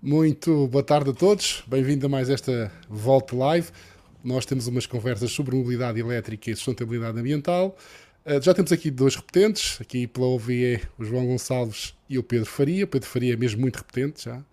Muito boa tarde a todos, bem-vindo a mais esta Volta Live. Nós temos umas conversas sobre mobilidade elétrica e sustentabilidade ambiental. Já temos aqui dois repetentes, aqui pela OVE, o João Gonçalves e o Pedro Faria. O Pedro Faria é mesmo muito repetente já.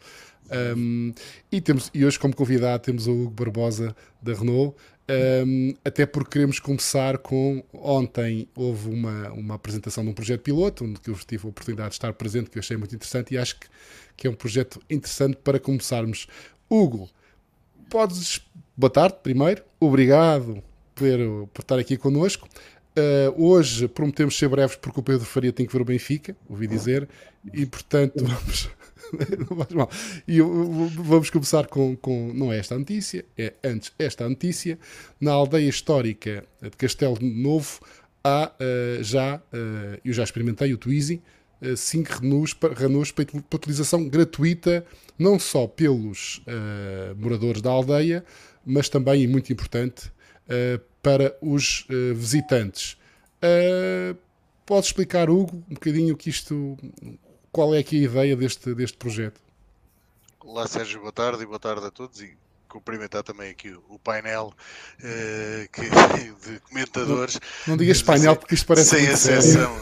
E hoje, como convidado, temos o Hugo Barbosa da Renault. Até porque queremos começar com. Ontem houve uma apresentação de um projeto piloto, onde eu tive a oportunidade de estar presente, que eu achei muito interessante e acho que é um projeto interessante para começarmos. Hugo, podes. Boa tarde, primeiro. Obrigado por estar aqui connosco. Hoje prometemos ser breves porque o Pedro Faria tem que ver o Benfica, ouvi dizer, e portanto vamos. Não faz mal. Vamos começar com. Não é esta a notícia, é antes esta notícia. Na aldeia histórica de Castelo Novo há eu já experimentei o Twizy, 5 Renaults para utilização gratuita, não só pelos moradores da aldeia, mas também, e muito importante, para os visitantes. Pode explicar, Hugo, um bocadinho qual é aqui a ideia deste projeto? Olá Sérgio, boa tarde e boa tarde a todos e cumprimentar também aqui o painel de Não, comentadores, não digas painel porque isto parece sem muito sério. exceção.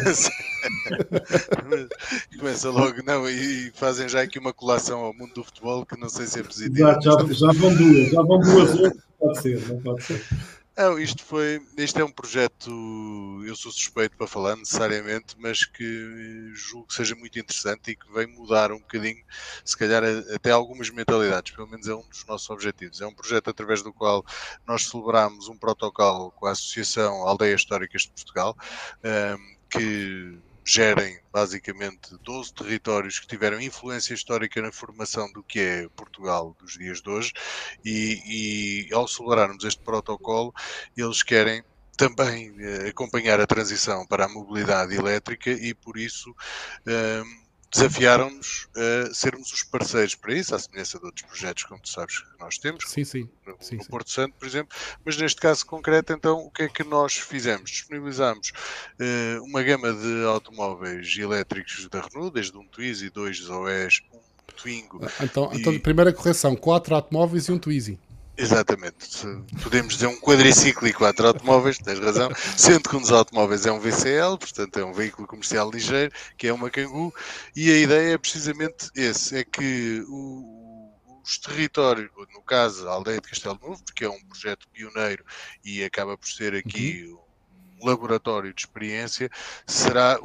Começa logo, não, e fazem já aqui uma colação ao mundo do futebol que não sei se é positiva Exato, já vão duas hoje, pode ser, não pode ser. Não, isto é um projeto, eu sou suspeito para falar necessariamente, mas que julgo que seja muito interessante e que vem mudar um bocadinho, se calhar até algumas mentalidades, pelo menos é um dos nossos objetivos. É um projeto através do qual nós celebramos um protocolo com a Associação Aldeias Históricas de Portugal, que gerem basicamente 12 territórios que tiveram influência histórica na formação do que é Portugal dos dias de hoje e ao celebrarmos este protocolo, eles querem também acompanhar a transição para a mobilidade elétrica e por isso desafiaram-nos a sermos os parceiros para isso, à semelhança de outros projetos, como tu sabes, que nós temos, Sim, sim. no Porto Santo, por exemplo, mas neste caso concreto, então, o que é que nós fizemos? Disponibilizamos uma gama de automóveis elétricos da Renault, desde um Twizy, dois Zoes, um Twingo. Então, primeira correção, 4 automóveis e um Twizy. Exatamente, podemos dizer um quadriciclo e 4 automóveis, tens razão, sendo que um dos automóveis é um VCL, portanto é um veículo comercial ligeiro, que é uma Kangoo, e a ideia é precisamente esse, é que os territórios, no caso a aldeia de Castelo Novo, porque é um projeto pioneiro e acaba por ser aqui um laboratório de experiência, será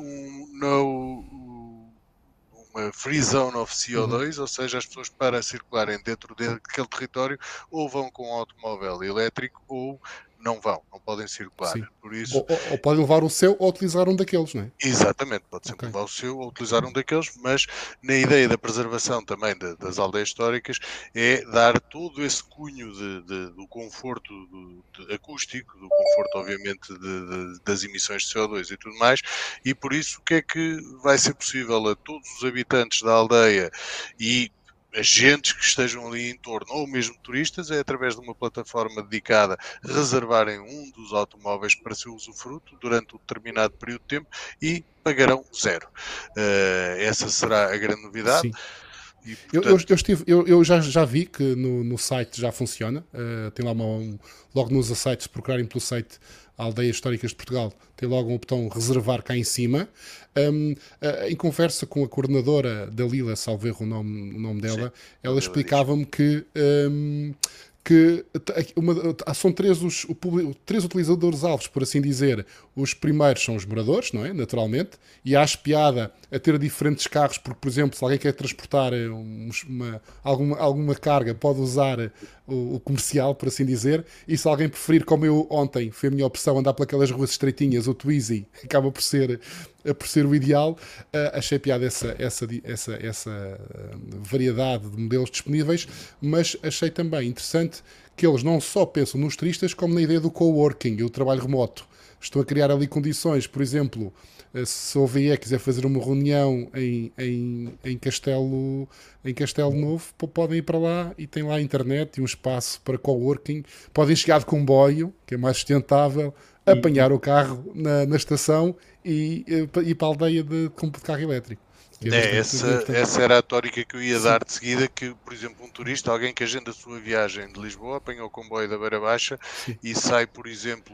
uma free zone of CO2, ou seja, as pessoas para circularem dentro daquele território ou vão com um automóvel elétrico ou não vão, não podem circular. Sim. Por isso, Ou podem levar o seu ou utilizar um daqueles, não é? exatamente, pode sempre levar o seu ou utilizar um daqueles, mas na ideia da preservação também das aldeias históricas é dar todo esse cunho do conforto acústico, do conforto obviamente das emissões de CO2 e tudo mais, e por isso o que é que vai ser possível a todos os habitantes da aldeia e agentes que estejam ali em torno, ou mesmo turistas, é através de uma plataforma dedicada reservarem um dos automóveis para seu usufruto durante um determinado período de tempo e pagarão zero. Essa será a grande novidade. Sim. E, portanto, Eu já vi que no site já funciona. Tem lá logo nos sites, se procurarem pelo site Aldeias Históricas de Portugal, tem logo um botão reservar cá em cima. Em conversa com a coordenadora da Lila, salvo erro o nome dela, sim, ela explicava-me que são três utilizadores alvos, por assim dizer. Os primeiros são os moradores, não é? Naturalmente, e acho piada a ter diferentes carros, porque, por exemplo, se alguém quer transportar alguma carga, pode usar o comercial, por assim dizer, e se alguém preferir, como eu ontem, foi a minha opção, andar pelas ruas estreitinhas, o Twizy acaba por ser o ideal. Achei piada essa variedade de modelos disponíveis, mas achei também interessante que eles não só pensam nos turistas, como na ideia do coworking, o trabalho remoto. Estão a criar ali condições, por exemplo, se o OVE quiser fazer uma reunião em Castelo Novo, podem ir para lá e tem lá internet e um espaço para coworking. Podem chegar de comboio, que é mais sustentável, apanhar o carro na estação e ir para a aldeia de carro elétrico. Essa era a tórica que eu ia dar de seguida, que, por exemplo, um turista, alguém que agenda a sua viagem de Lisboa, apanha o comboio da Beira Baixa e sai, por exemplo,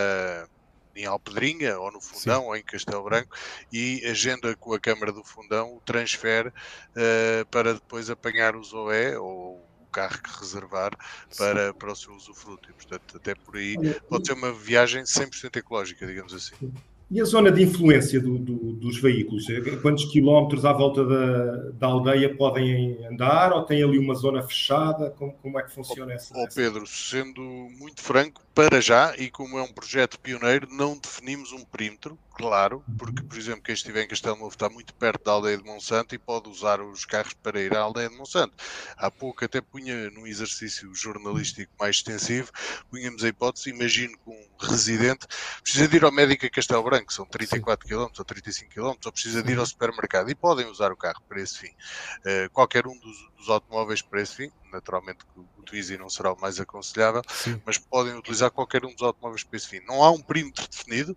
em Alpedrinha, ou no Fundão, ou em Castelo Branco, e agenda com a Câmara do Fundão o transfer para depois apanhar o Zoé, ou o carro que reservar para o seu usufruto. E, portanto, até por aí pode ser uma viagem 100% ecológica, digamos assim. E a zona de influência dos veículos? Quantos quilómetros à volta da aldeia podem andar? Ou tem ali uma zona fechada? Como é que funciona essa? Pedro, sendo muito franco, para já, e como é um projeto pioneiro, não definimos um perímetro, claro, porque, por exemplo, quem estiver em Castelo Novo está muito perto da aldeia de Monsanto e pode usar os carros para ir à aldeia de Monsanto. Há pouco até punha num exercício jornalístico mais extensivo, punhamos a hipótese, imagino que um residente precisa de ir ao médico a Castelo Branco, são 34 km ou 35 km, ou precisa de ir ao supermercado, e podem usar o carro para esse fim. Qualquer um dos automóveis para esse fim, naturalmente que o Twizy não será o mais aconselhável, mas podem utilizar qualquer um dos automóveis para esse fim. Não há um perímetro definido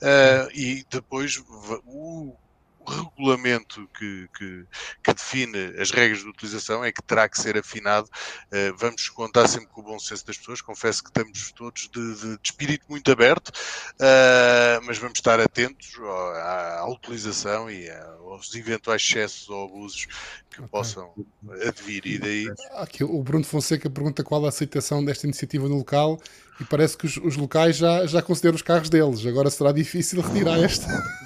e depois o regulamento que define as regras de utilização é que terá que ser afinado. Vamos contar sempre com o bom senso das pessoas. Confesso que estamos todos de espírito muito aberto, mas vamos estar atentos à utilização e aos eventuais excessos ou abusos que possam advir. E daí... Aqui, o Bruno Fonseca pergunta qual a aceitação desta iniciativa no local, e parece que os locais já consideram os carros deles. Agora será difícil retirar esta.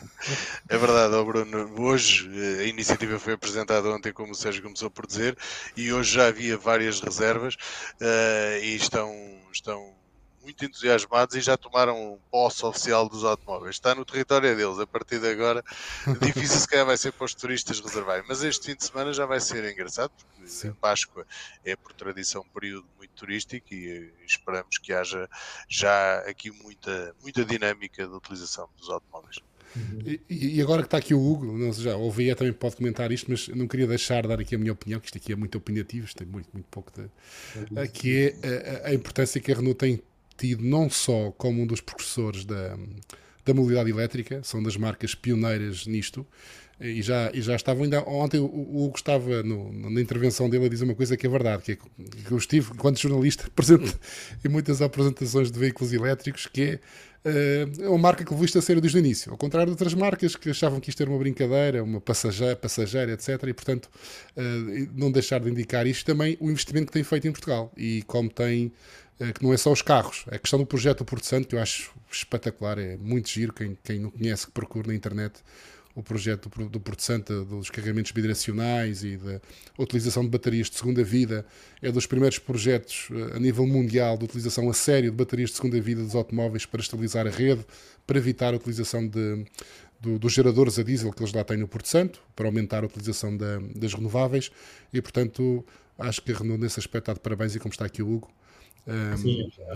É verdade, Bruno. Hoje a iniciativa foi apresentada ontem, como o Sérgio começou por dizer, e hoje já havia várias reservas e estão muito entusiasmados e já tomaram posse oficial dos automóveis. Está no território deles. A partir de agora, difícil se calhar vai ser para os turistas reservarem. Mas este fim de semana já vai ser engraçado, porque a Páscoa é, por tradição, um período muito turístico e esperamos que haja já aqui muita dinâmica de utilização dos automóveis. E agora que está aqui o Hugo, não sei, já ouvi, também pode comentar isto, mas não queria deixar de dar aqui a minha opinião, que isto aqui é muito opinativo, isto tem muito pouco de... que é a importância que a Renault tem tido, não só como um dos precursores da mobilidade elétrica, são das marcas pioneiras nisto, e já estavam, ainda ontem o Hugo estava na intervenção dele a dizer uma coisa que é verdade, que é que eu estive, enquanto jornalista, presente em muitas apresentações de veículos elétricos, que é uma marca que levou isto a sério desde o início, ao contrário de outras marcas que achavam que isto era uma brincadeira, uma passageira, etc. E, portanto, não deixar de indicar isto também, o investimento que tem feito em Portugal. E como tem, que não é só os carros, a questão do projeto do Porto Santo, que eu acho espetacular, é muito giro, quem não conhece, que procure na internet o projeto do Porto Santo, dos carregamentos bidirecionais e da utilização de baterias de segunda vida. É dos primeiros projetos a nível mundial de utilização a sério de baterias de segunda vida dos automóveis para estabilizar a rede, para evitar a utilização dos geradores a diesel que eles lá têm no Porto Santo, para aumentar a utilização das renováveis. E, portanto, acho que a Renault nesse aspecto está de parabéns, e como está aqui o Hugo, sim, a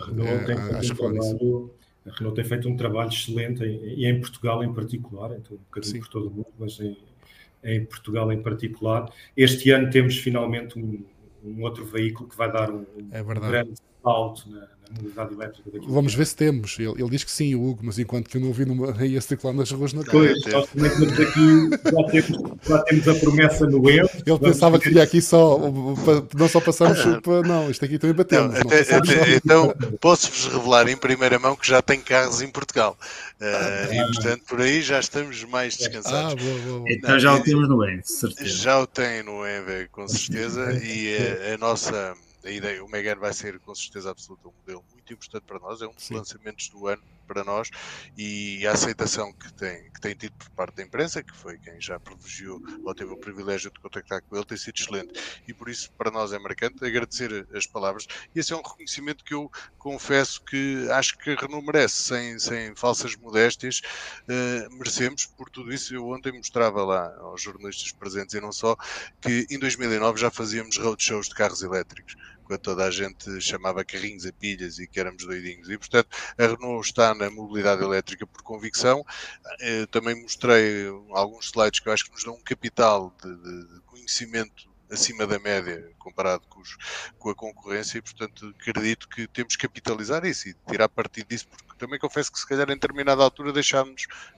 Renault tem feito um trabalho excelente e em Portugal em particular, então um bocadinho por todo o mundo, mas em Portugal em particular. Este ano temos finalmente um outro veículo que vai dar um grande salto na mobilidade elétrica daqui. Vamos ver se temos. Ele diz que sim, o Hugo, mas enquanto que eu não ouvi ia circular nas ruas na coisa. Nós também temos aqui, já temos a promessa no EM. Ele pensava que vinha aqui só, não só passamos, não, isto aqui também batemos. Então, posso-vos revelar em primeira mão que já tem carros em Portugal. E, portanto, por aí já estamos mais descansados. Boa. Então já o temos no EM, certeza. Já o tem no EM, com certeza, e a nossa... A ideia, o Megane vai ser com certeza absoluta um modelo muito importante para nós, é um dos lançamentos do ano para nós, e a aceitação que tem tido por parte da imprensa, que foi quem já privilegiou ou teve o privilégio de contactar com ele, tem sido excelente, e por isso para nós é marcante. Agradecer as palavras, e esse é um reconhecimento que eu confesso que acho que a Renault merece, sem falsas modéstias, merecemos por tudo isso. Eu ontem mostrava lá aos jornalistas presentes e não só, que em 2009 já fazíamos roadshows de carros elétricos, quando toda a gente chamava carrinhos a pilhas e que éramos doidinhos. E, portanto, a Renault está na mobilidade elétrica por convicção. Também mostrei alguns slides que eu acho que nos dão um capital de conhecimento acima da média comparado com a concorrência, e, portanto, acredito que temos que capitalizar isso e tirar partido disso, porque também confesso que, se calhar, em determinada altura deixámos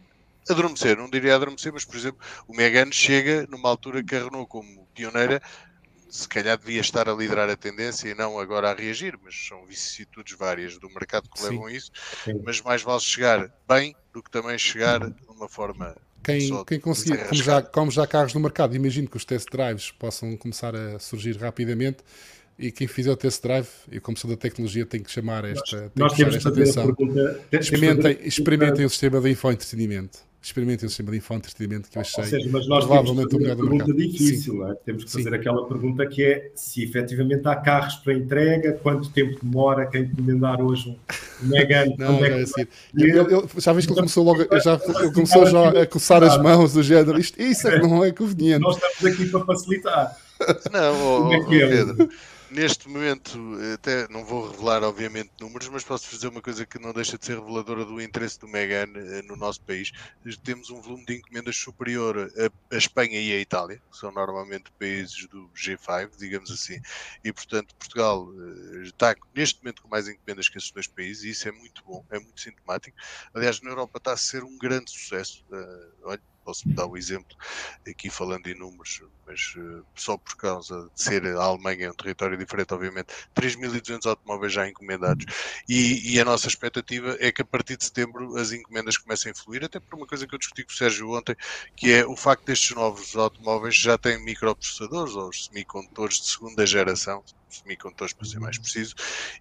adormecer, não diria adormecer, mas por exemplo, o Megane chega numa altura que a Renault, como pioneira, se calhar devia estar a liderar a tendência e não agora a reagir, mas são vicissitudes várias do mercado que levam a isso, mas mais vale chegar bem do que também chegar de uma forma quem conseguir, como já há carros no mercado, imagino que os test drives possam começar a surgir rapidamente. E quem fizer o test drive, e como sou da tecnologia, tem que chamar esta atenção. Experimentem o sistema de infoentretenimento. Experimentem o sistema de infoentretenimento que eu achei mas nós provavelmente o melhor do mercado. Pergunta difícil, não é? Temos que fazer aquela pergunta que é se efetivamente há carros para entrega, quanto tempo demora, quem encomendar hoje um Megane. Não, já é assim. Já vês que ele começou logo, ele começou já a coçar as mãos do género. Isso é que não é conveniente. Nós estamos aqui para facilitar. Não, Pedro. Neste momento, até não vou revelar obviamente números, mas posso dizer uma coisa que não deixa de ser reveladora do interesse do Megane no nosso país. Temos um volume de encomendas superior a Espanha e a Itália, que são normalmente países do G5, digamos assim, e portanto Portugal está neste momento com mais encomendas que esses dois países, e isso é muito bom, é muito sintomático. Aliás, na Europa está a ser um grande sucesso. Olha, posso dar o exemplo aqui falando em números, mas só por causa de ser a Alemanha um território diferente, obviamente, 3.200 automóveis já encomendados, e a nossa expectativa é que a partir de setembro as encomendas comecem a fluir, até por uma coisa que eu discuti com o Sérgio ontem, que é o facto destes novos automóveis já têm microprocessadores, ou os semicondutores de segunda geração, semicondutores para ser mais preciso,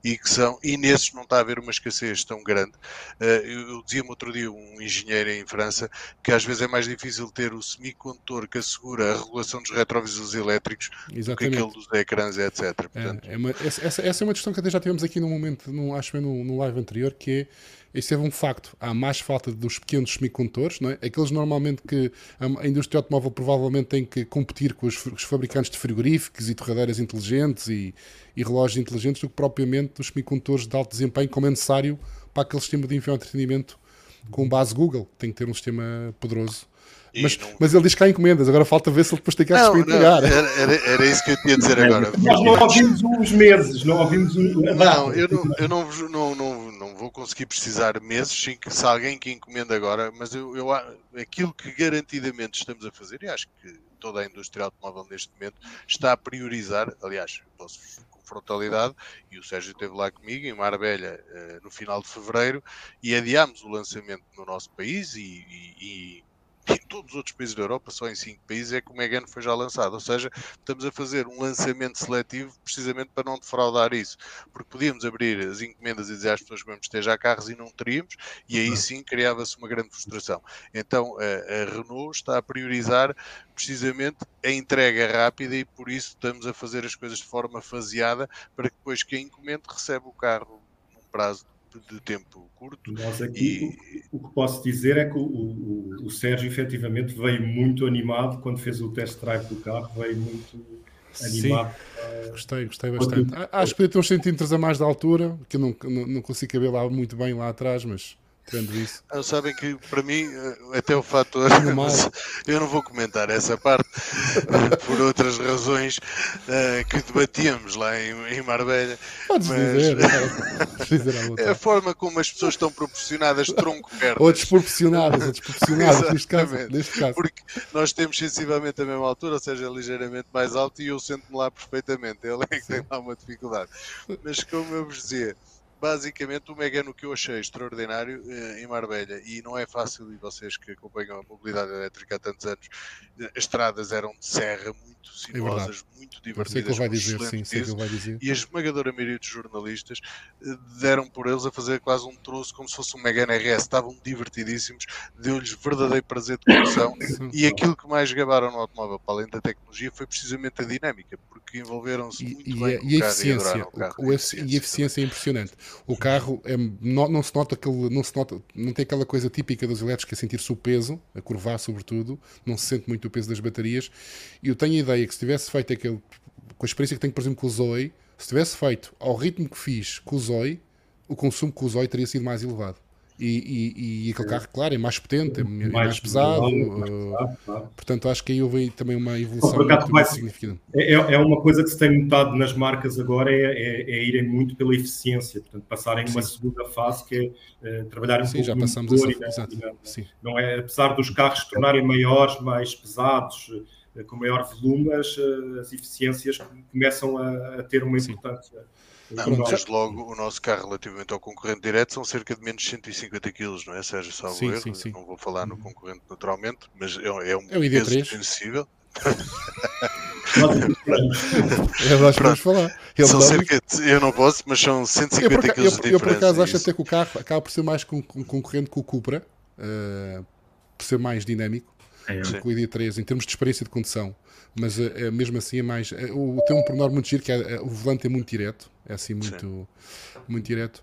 e nesses não está a haver uma escassez tão grande. Eu dizia-me outro dia um engenheiro em França que às vezes é mais difícil ter o semicondutor que assegura a regulação dos retrovisores elétricos do que aquele dos ecrãs, etc. Portanto, essa é uma questão que até já tivemos aqui no momento, acho que no live anterior, que é, isso é um facto, há mais falta dos pequenos semicondutores, não é? Aqueles normalmente que a indústria automóvel provavelmente tem que competir com os fabricantes de frigoríficos e torradeiras inteligentes e relógios inteligentes do que propriamente os semicondutores de alto desempenho, como é necessário para aquele sistema de infoentretenimento com base Google, tem que ter um sistema poderoso. Mas ele diz que há encomendas, agora falta ver se ele depois tem carros para entregar. Era isso que eu tinha a dizer agora. Nós não ouvimos uns meses, não ouvimos Não, eu não vou conseguir precisar meses, sim, que se alguém que encomenda agora, mas aquilo que garantidamente estamos a fazer, e acho que toda a indústria automóvel neste momento está a priorizar, aliás, posso com frontalidade, e o Sérgio esteve lá comigo em Marbella no final de fevereiro, e adiámos o lançamento no nosso país e em todos os outros países da Europa, só em 5 países é que o Megane foi já lançado. Ou seja, estamos a fazer um lançamento seletivo precisamente para não defraudar isso. Porque podíamos abrir as encomendas e dizer às pessoas que vamos ter já carros e não teríamos, e aí sim criava-se uma grande frustração. Então a Renault está a priorizar precisamente a entrega rápida e por isso estamos a fazer as coisas de forma faseada para que depois quem encomende recebe o carro num prazo de tempo curto. Nós aqui, o que posso dizer é que o Sérgio efetivamente veio muito animado quando fez o test drive do carro, veio muito animado. Gostei bastante. Acho que podia ter uns centímetros a mais da altura, que eu não consigo caber lá muito bem lá atrás, mas tendo isso. Sabem que para mim até o fator eu não vou comentar essa parte por outras razões que debatíamos lá em Marbella. Podes dizer é a forma como as pessoas estão proporcionadas tronco perto ou desproporcionadas neste caso, porque nós temos sensivelmente a mesma altura, ou seja, ligeiramente mais alto, e eu sento-me lá perfeitamente. Ele é que tem lá uma dificuldade, mas como eu vos dizia, basicamente o Megane, o que eu achei extraordinário em Marbella, e não é fácil, e vocês que acompanham a mobilidade elétrica há tantos anos, as estradas eram de serra, muito sinuosas, muito divertidas, sei que ele vai dizer, e a esmagadora maioria dos jornalistas deram por eles a fazer quase um troço como se fosse um Megane RS, estavam divertidíssimos, deu-lhes verdadeiro prazer de condução, e aquilo que mais gabaram no automóvel, para além da tecnologia, foi precisamente a dinâmica, porque envolveram-se muito bem e a eficiência, e a eficiência é impressionante. O carro não se nota não tem aquela coisa típica dos elétricos, que é sentir-se o peso, a curvar sobretudo, não se sente muito o peso das baterias. E eu tenho a ideia que se tivesse feito aquele, com a experiência que tenho, por exemplo, com o Zoe, se tivesse feito ao ritmo que fiz com o Zoe, o consumo com o Zoe teria sido mais elevado. E aquele carro, claro, é mais potente, é mais pesado. Claro. Portanto, acho que aí houve também uma evolução muito significativa. É uma coisa que se tem notado nas marcas agora, é irem muito pela eficiência, portanto, passarem uma segunda fase, que é trabalhar um pouco já no passamos motor não é, apesar dos carros se tornarem maiores, mais pesados, com maior volume, as eficiências começam a ter uma importância. Desde logo, o nosso carro relativamente ao concorrente direto são cerca de menos 150 kg, não é, Sérgio? Salvo erro. Não vou falar no concorrente naturalmente, mas é um peso desconhecível. Nós podemos falar. São cerca de, eu não posso, mas são 150 kg de diferença. Eu por acaso acho até que o carro acaba por ser mais concorrente com o Cupra, por ser mais dinâmico que o ID3 em termos de experiência de condução. Mas mesmo assim é mais. Tem um pormenor muito giro que o volante é muito direto. É assim muito direto.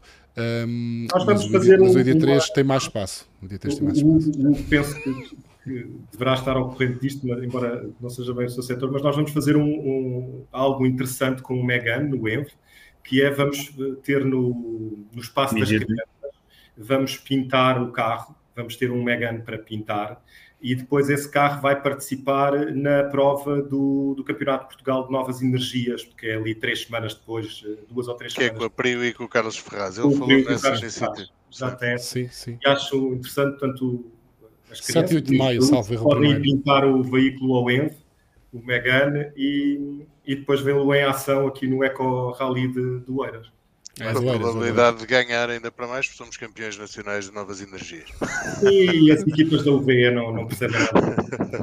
Nós fazer mas o ID3 tem mais espaço. O ID3 tem mais espaço. Penso que deverá estar ao corrente disto, embora não seja bem o seu setor, mas nós vamos fazer algo interessante com o Megane no ENV, que é vamos ter no espaço das crianças, vamos pintar o carro, vamos ter um Megane para pintar. E depois esse carro vai participar na prova do Campeonato de Portugal de Novas Energias, porque é ali 3 semanas depois, 2 ou 3 semanas. Que é com a Prio e com o Carlos Ferraz. Ele falou nessa iniciativa. Sim. E acho interessante, tanto as crianças 7 e 8 de maio, salvo erro, podem pintar o veículo ao ENV, o Megane, e depois vê-lo em ação aqui no Eco Rally de Oeiras. A probabilidade de ganhar ainda para mais, porque somos campeões nacionais de novas energias. E as equipas da UVE não percebem nada.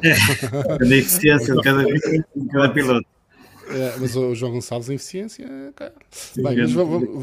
A eficiência de cada piloto. Mas o João Gonçalves em eficiência, cara. Bem, mas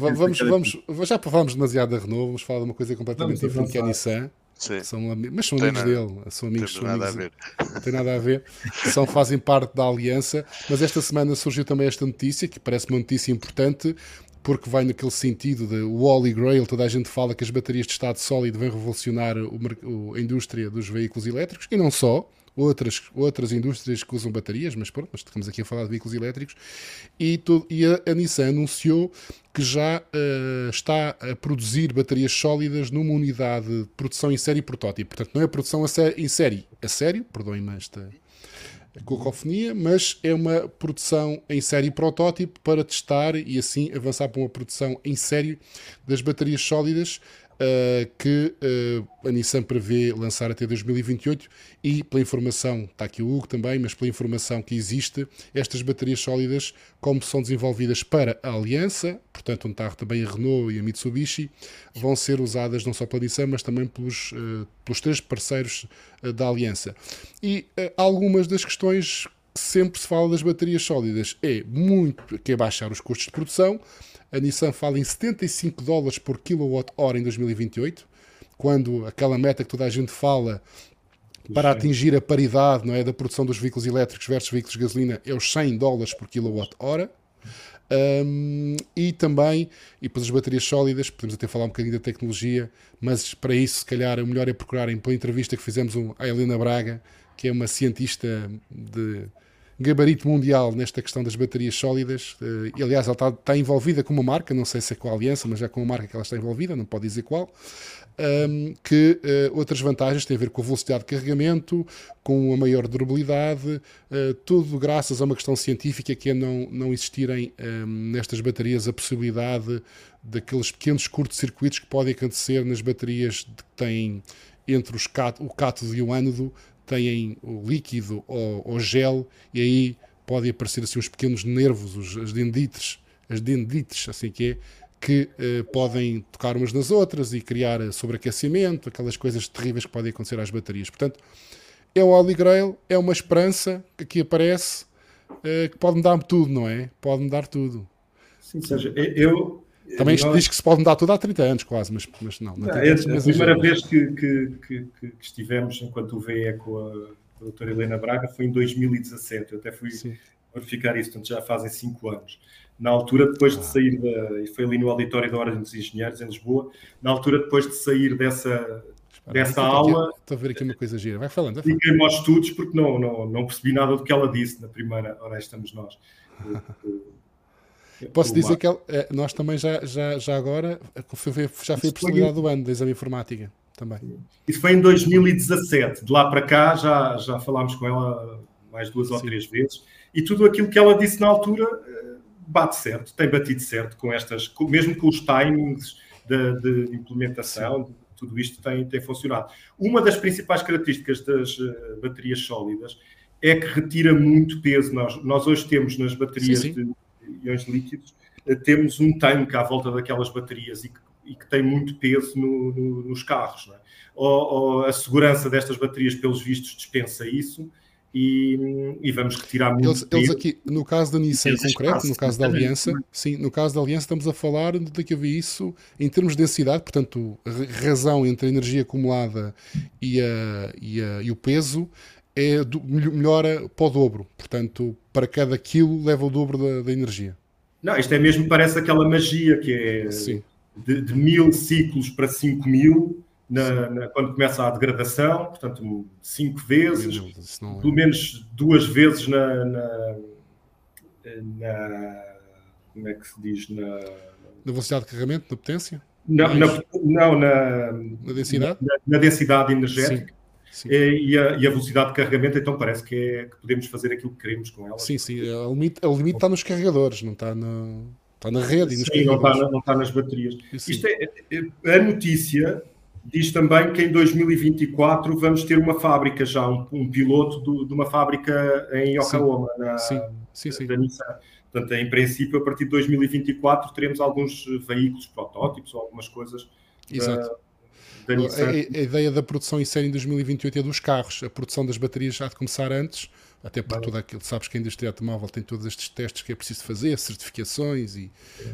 vamos já falámos demasiado da Renault, vamos falar de uma coisa completamente diferente, que é a Nissan. Mas são amigos dele, são amigos. Não tem nada a ver. Fazem parte da aliança, mas esta semana surgiu também esta notícia, que parece uma notícia importante, porque vai naquele sentido de o Holy Grail. Toda a gente fala que as baterias de estado sólido vão revolucionar a indústria dos veículos elétricos, e não só, outras indústrias que usam baterias, mas pronto, estamos aqui a falar de veículos elétricos, e a Nissan anunciou que já está a produzir baterias sólidas numa unidade de produção em série protótipo. Portanto, não é produção em série, perdoem-me esta cacofonia, mas é uma produção em série protótipo para testar e assim avançar para uma produção em série das baterias sólidas que a Nissan prevê lançar até 2028 e pela informação, está aqui o Hugo também, mas pela informação que existe, estas baterias sólidas, como são desenvolvidas para a Aliança, portanto onde está também a Renault e a Mitsubishi, vão ser usadas não só pela Nissan, mas também pelos 3 parceiros da Aliança. E algumas das questões que sempre se fala das baterias sólidas que é baixar os custos de produção. A Nissan fala em $75 por kWh em 2028, quando aquela meta que toda a gente fala para atingir a paridade, não é, da produção dos veículos elétricos versus veículos de gasolina é os $100 por kWh. E também, e depois as baterias sólidas, podemos até falar um bocadinho da tecnologia, mas para isso, se calhar, o melhor é procurarem pela entrevista que fizemos à Helena Braga, que é uma cientista de gabarito mundial nesta questão das baterias sólidas, e aliás ela está envolvida com uma marca, não sei se é com a Aliança, mas já com uma marca que ela está envolvida, não pode dizer qual, que outras vantagens têm a ver com a velocidade de carregamento, com a maior durabilidade, tudo graças a uma questão científica, que é não existirem nestas baterias a possibilidade daqueles pequenos curtos-circuitos que podem acontecer nas baterias que têm entre o cátodo e o ânodo, têm o líquido ou gel, e aí podem aparecer assim uns pequenos nervos, as dendrites, assim que podem tocar umas nas outras e criar sobreaquecimento, aquelas coisas terríveis que podem acontecer às baterias. Portanto, é o Holy Grail, é uma esperança que aqui aparece, que pode mudar tudo, não é? Pode mudar tudo. Sim, Sérgio, também diz que se pode mudar tudo há 30 anos quase, mas não. A primeira vez que estivemos enquanto o VE com a doutora Helena Braga foi em 2017. Eu até fui verificar isso, portanto já fazem 5 anos. Na altura, depois de sair e foi ali no auditório da Ordem dos Engenheiros, em Lisboa, na altura, depois de sair dessa aula... Estou a ver aqui uma coisa gira. Vai falando. Fiquei-me aos estudos porque não percebi nada do que ela disse na primeira... Ora, estamos nós. Posso dizer que nós também já agora já foi a personalidade do ano da exame informática também. Isso foi em 2017. De lá para cá já falámos com ela mais 2 ou 3 vezes e tudo aquilo que ela disse na altura bate certo, tem batido certo com estas, mesmo com os timings de implementação, tudo isto tem funcionado. Uma das principais características das baterias sólidas é que retira muito peso. Nós hoje temos nas baterias de íons líquidos, temos um tanque à volta daquelas baterias e que tem muito peso nos carros. Não é? Ou a segurança destas baterias, pelos vistos, dispensa isso e vamos retirar muito peso. Eles aqui, no caso da Nissan em concreto, no caso da Aliança, no caso da Aliança estamos a falar de que eu vi isso em termos de densidade, portanto, a razão entre a energia acumulada e o peso melhora para o dobro. Portanto, para cada quilo leva o dobro da energia. Não, isto é mesmo, parece aquela magia que é de 1000 ciclos para 5000 quando começa a degradação, portanto 5 vezes, pelo menos 2 vezes como é que se diz? Na velocidade de carregamento, na potência? Não, na densidade? Na densidade energética. Sim. E a velocidade de carregamento, então parece que podemos fazer aquilo que queremos com ela. Sim. O limite está nos carregadores, não está na rede. Sim, não está nas baterias. Isto a notícia diz também que em 2024 vamos ter uma fábrica já, um piloto de uma fábrica em Yokohama, da Nissan. Portanto, em princípio, a partir de 2024 teremos alguns veículos, protótipos ou algumas coisas. Exato. A ideia da produção em série em 2028 é dos carros. A produção das baterias já há de começar antes, até por tudo aquilo. Sabes que a indústria automóvel tem todos estes testes que é preciso fazer, certificações e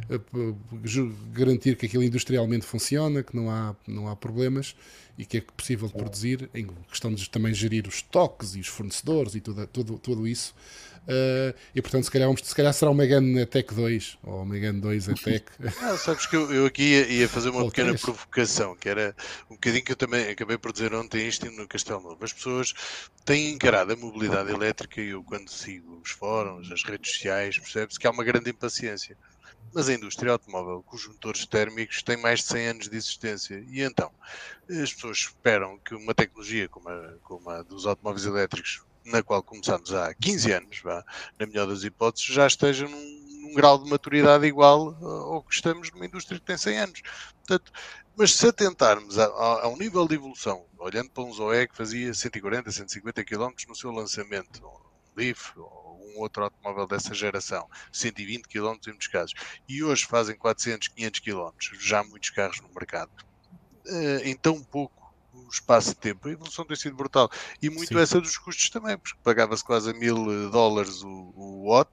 garantir que aquilo industrialmente funciona, que não há problemas e que é possível de produzir, em questão de também gerir os estoques e os fornecedores e tudo isso. E portanto, se calhar será o Megane E-Tech 2 ou o Megane 2 E-Tech. Sabes que eu aqui ia fazer uma pequena provocação, que era um bocadinho que eu também acabei por dizer ontem isto no Castelo Novo. As pessoas têm encarado a mobilidade elétrica e eu, quando sigo os fóruns, as redes sociais, percebe-se que há uma grande impaciência. Mas a indústria automóvel, cujos motores térmicos têm mais de 100 anos de existência, e então as pessoas esperam que uma tecnologia como a dos automóveis elétricos, na qual começámos há 15 anos, na melhor das hipóteses, já esteja num grau de maturidade igual ao que estamos numa indústria que tem 100 anos. Portanto, mas se atentarmos a um nível de evolução, olhando para um Zoe que fazia 140, 150 km no seu lançamento, um Leaf ou um outro automóvel dessa geração, 120 km em muitos casos, e hoje fazem 400, 500 km, já há muitos carros no mercado, em tão pouco espaço de tempo, a evolução tem sido brutal. E muito essa dos custos também, porque pagava-se quase a $1000 o watt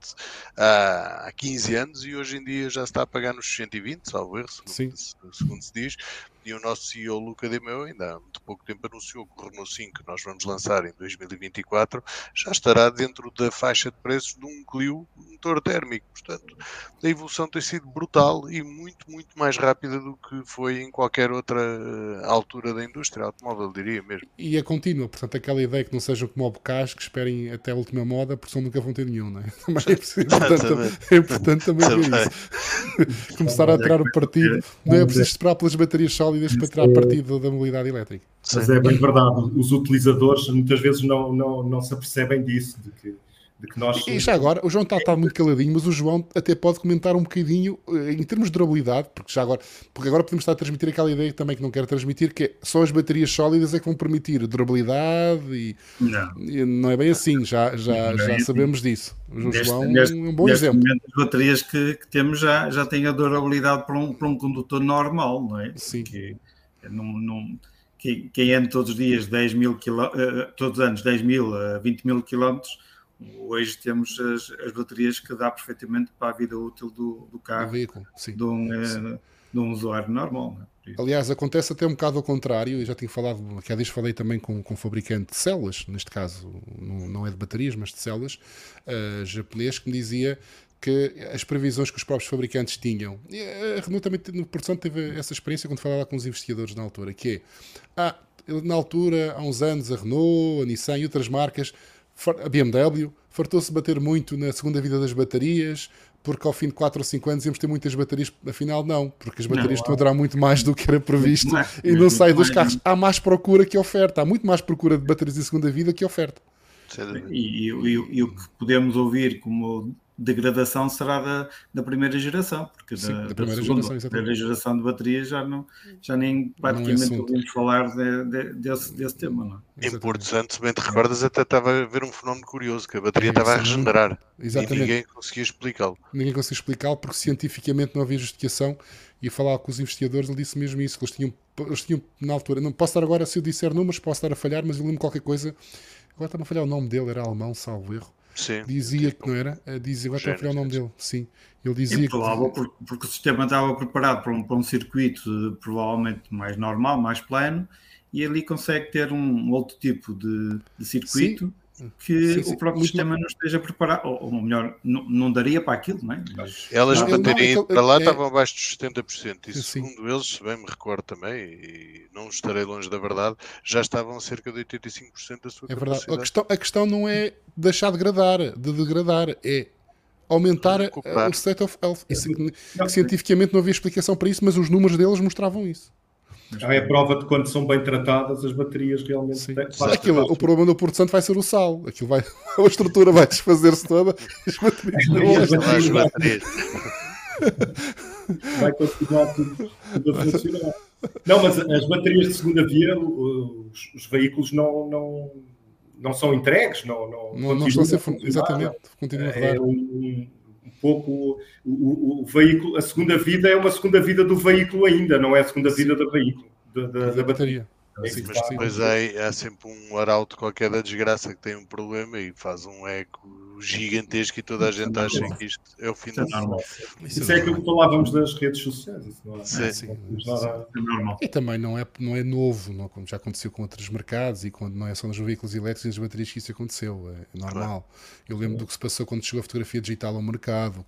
há 15 anos e hoje em dia já se está a pagar nos 120, salvo erro, segundo se diz. E o nosso CEO, Luca De Meo, ainda há muito pouco tempo anunciou que o Renault 5, que nós vamos lançar em 2024, já estará dentro da faixa de preços de um Clio motor térmico. Portanto, a evolução tem sido brutal e muito, muito mais rápida do que foi em qualquer outra altura da indústria automóvel, diria mesmo. E é contínua, portanto, aquela ideia que não sejam como o Bocage, que esperem até a última moda, porque senão nunca vão ter nenhum, não é? Mas é importante também ver isso. Começar a tirar o partido, não é preciso esperar pelas baterias sólidas para tirar partido da mobilidade elétrica. Mas é bem verdade, os utilizadores muitas vezes não se apercebem disso, de que nós... E já agora, o João está muito caladinho, mas o João até pode comentar um bocadinho em termos de durabilidade, porque agora podemos estar a transmitir aquela ideia também que não quero transmitir, que só as baterias sólidas é que vão permitir durabilidade e não é bem assim, já sabemos disso. O João é um bom exemplo. Momento, as baterias que temos já têm a durabilidade para um condutor normal, não é? Sim. Quem anda todos os dias 10 mil todos os anos 10 mil a 20 mil quilómetros, hoje temos as baterias que dá perfeitamente para a vida útil do carro, veículo, de um usuário normal. Não é? Aliás, acontece até um bocado ao contrário. Eu já tinha falado, que há dias falei também com um fabricante de células, neste caso não é de baterias, mas de células, japonês, que me dizia que as previsões que os próprios fabricantes tinham, e a Renault também no produção teve essa experiência quando falava com os investidores na altura, que é, na altura, há uns anos, a Renault, a Nissan e outras marcas A BMW fartou-se bater muito na segunda vida das baterias, porque ao fim de 4 ou 5 anos íamos ter muitas baterias, afinal não, porque as baterias estão a durar muito mais do que era previsto e não sai dos carros. Há mais procura que oferta, há muito mais procura de baterias de segunda vida que oferta. E o que podemos ouvir como degradação será da primeira geração, porque da primeira geração de baterias já nem praticamente ouvimos falar desse tema. Não é? Em Porto Santo, se bem te recordas, até estava a ver um fenómeno curioso, que a bateria estava a regenerar. Exatamente. E ninguém conseguia explicá-lo. Ninguém conseguia explicá-lo porque cientificamente não havia justificação, e falar com os investigadores, ele disse mesmo isso, que eles tinham na altura, não posso estar agora, se eu disser números, posso estar a falhar, mas eu lembro qualquer coisa, agora está-me a falhar o nome dele, era alemão, salvo erro. Sim, dizia que não era, dizia, agora está a falhar o nome dele, sim. Ele dizia porque o sistema estava preparado para um circuito provavelmente mais normal, mais plano, e ali consegue ter um outro tipo de circuito que o próprio sistema não esteja preparado, ou melhor, não daria para aquilo, não é? Mas, elas bateriam para lá estavam abaixo dos 70%, e segundo eles, se bem me recordo também, e não estarei longe da verdade, já estavam a cerca de 85% da sua capacidade. É verdade. A questão não é deixar de degradar, é aumentar o state of health. Cientificamente não havia explicação para isso, mas os números deles mostravam isso. É a prova de quando são bem tratadas as baterias realmente. O problema do Porto Santo vai ser o sal. A estrutura vai desfazer-se toda. As baterias vai continuar tudo a funcionar. Não, mas as baterias de segunda via, os veículos não são entregues. Não estão a ser. Exatamente. Continua a rodar. Um pouco o veículo, a segunda vida é uma segunda vida do veículo ainda, não é a segunda vida do veículo, da bateria. Mas depois há sempre um arauto qualquer da desgraça que tem um problema e faz um eco gigantesco e toda a gente acha que isto é o fim do mundo. Isso é aquilo que falávamos das redes sociais. Isso não é normal. E também não é novo, não, como já aconteceu com outros mercados e quando não é só nos veículos elétricos e nas baterias que isso aconteceu. É normal. Eu lembro do que se passou quando chegou a fotografia digital ao mercado.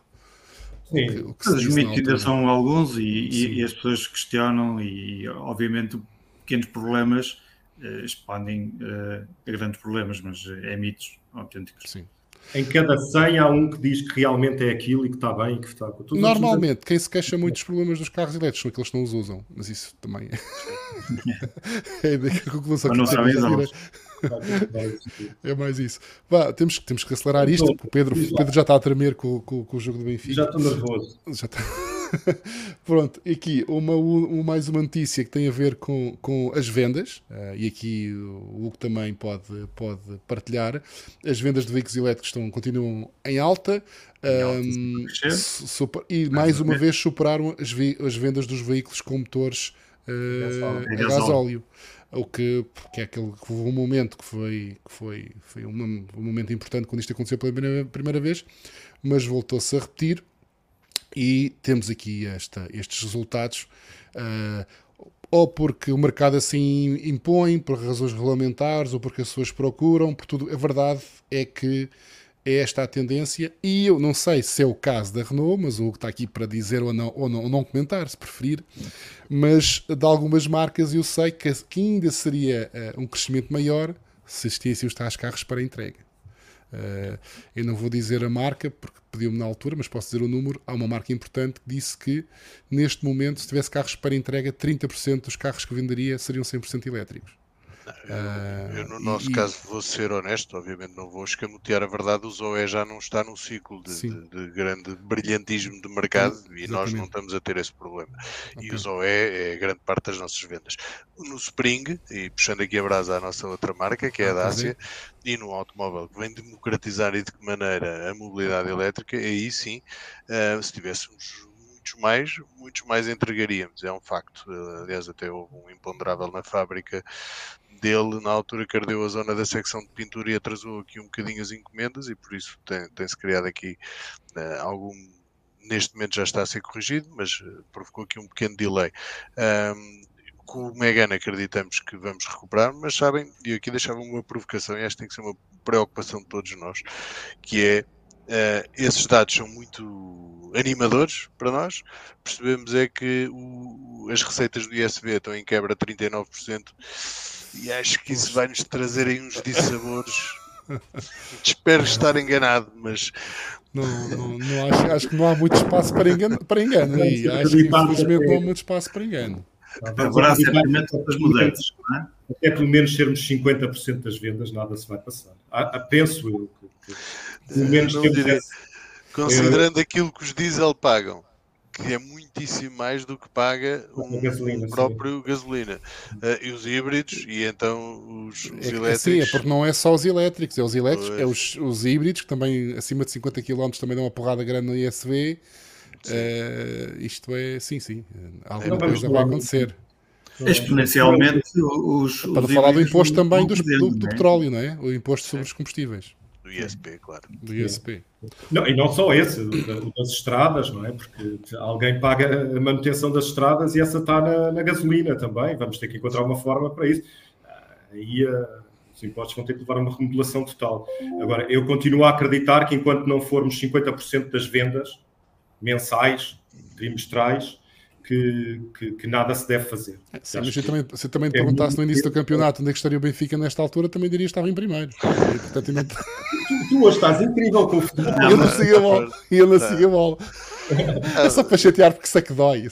Os mitos ainda são alguns e as pessoas questionam e obviamente pequenos problemas expandem a grandes problemas, mas é mitos autênticos. Sim. Em cada 100 há um que diz que realmente é aquilo e que está bem. Que está... Normalmente, quem se queixa muito dos problemas dos carros elétricos são aqueles que não os usam, mas isso também é a conclusão que é mais isso. Temos que acelerar isto. O Pedro já está a tremer com o jogo do Benfica. Já estou nervoso. Já está. Pronto, aqui mais uma notícia que tem a ver com as vendas, e aqui o Hugo também pode partilhar. As vendas de veículos elétricos continuam em alta, e mais uma vez superaram as vendas dos veículos com motores a gasóleo. O que é aquele que houve um momento que foi um momento importante quando isto aconteceu pela primeira vez, mas voltou-se a repetir. E temos aqui estes resultados, ou porque o mercado assim impõe, por razões regulamentares, ou porque as pessoas procuram, por tudo. A verdade é que é esta a tendência, e eu não sei se é o caso da Renault, mas o que está aqui para dizer ou não comentar, se preferir, mas de algumas marcas eu sei que ainda seria um crescimento maior se existissem os tais carros para entrega. Eu não vou dizer a marca porque pediu-me na altura, mas posso dizer o número. Há uma marca importante que disse que neste momento, se tivesse carros para entrega, 30% dos carros que venderia seriam 100% elétricos. Eu no nosso caso vou ser honesto, obviamente não vou escamotear a verdade. O Zoe já não está num ciclo de grande brilhantismo de mercado e nós não estamos a ter esse problema. E o Zoe é grande parte das nossas vendas. No Spring, e puxando aqui a brasa à nossa outra marca, que é a Dacia, e no automóvel que vem democratizar e de que maneira a mobilidade elétrica, aí sim, se tivéssemos muitos mais entregaríamos, é um facto. Aliás, até houve um imponderável na fábrica dele, na altura que ardeu a zona da secção de pintura e atrasou aqui um bocadinho as encomendas e por isso tem-se criado aqui neste momento já está a ser corrigido, mas provocou aqui um pequeno delay. Com o Megane acreditamos que vamos recuperar, mas sabem, e aqui deixava uma provocação, e esta tem que ser uma preocupação de todos nós, que é esses dados são muito animadores para nós. Percebemos é que as receitas do ISB estão em quebra 39% e acho que isso vai-nos trazer aí uns dissabores Espero estar enganado, mas não acho que não há muito espaço para engano aí. Acho que infelizmente não há muito espaço para engano. Haverá certamente outras mudanças, não é? Até pelo menos sermos 50% das vendas, nada se vai passar. Penso eu que pelo menos temos considerando aquilo que os diesel pagam, que é muitíssimo mais do que paga um próprio gasolina. E os híbridos, e então os elétricos. Sim, é porque não é só os elétricos, é os híbridos, que também acima de 50 km também dão uma porrada grande no ISV. Isto é, sim, alguma coisa vai acontecer. Exponencialmente para não falar do imposto também do petróleo, não é? O imposto sobre os combustíveis. Do ISP, claro. Do ISP. Não, e não só esse, das estradas, não é? Porque alguém paga a manutenção das estradas e essa está na gasolina também. Vamos ter que encontrar uma forma para isso. Aí os impostos vão ter que levar a uma remodelação total. Agora, eu continuo a acreditar que enquanto não formos 50% das vendas mensais, trimestrais, que nada se deve fazer. Sim, mas se também te perguntasse no início do campeonato onde é que estaria o Benfica nesta altura, também diria que estava em primeiro. E, portanto, ainda... tu hoje estás incrível com o futebol. Eu não sigo a bola. É só para chatear porque sei que dói.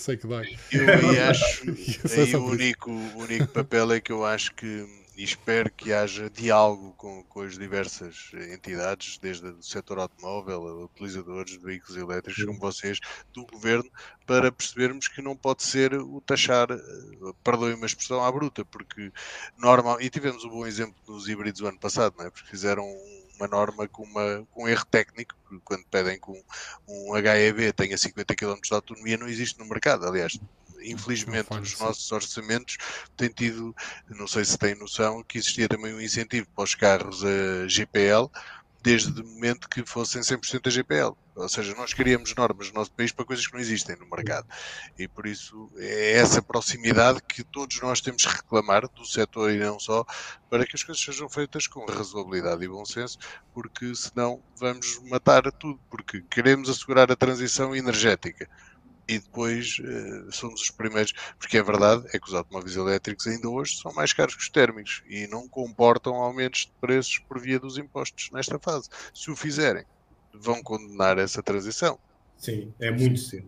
Eu acho aí o único papel é que eu acho que e espero que haja diálogo com as diversas entidades, desde o setor automóvel, utilizadores de veículos elétricos, como vocês, do governo, para percebermos que não pode ser o taxar, perdoem uma expressão, à bruta, porque normal, e tivemos um bom exemplo dos híbridos do ano passado, não é? Porque fizeram uma norma com um erro técnico, quando pedem que um HEV tenha 50 km de autonomia, não existe no mercado, aliás. Infelizmente os nossos orçamentos têm tido, não sei se têm noção, que existia também um incentivo para os carros a GPL, desde o momento que fossem 100% a GPL. Ou seja, nós criamos normas no nosso país para coisas que não existem no mercado. E por isso é essa proximidade que todos nós temos que reclamar do setor e não só, para que as coisas sejam feitas com razoabilidade e bom senso, porque senão vamos matar tudo, porque queremos assegurar a transição energética. E depois somos os primeiros, porque a verdade é que os automóveis elétricos ainda hoje são mais caros que os térmicos e não comportam aumentos de preços por via dos impostos nesta fase. Se o fizerem, vão condenar essa transição. Sim, é muito cedo.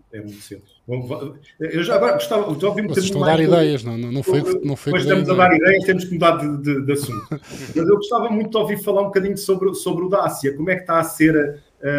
Eu já agora gostava de ouvir um bocadinho estão a dar ideias, não foi depois estamos a dar ideias, temos que mudar de assunto. Mas eu gostava muito de ouvir falar um bocadinho sobre o Dacia, como é que está a ser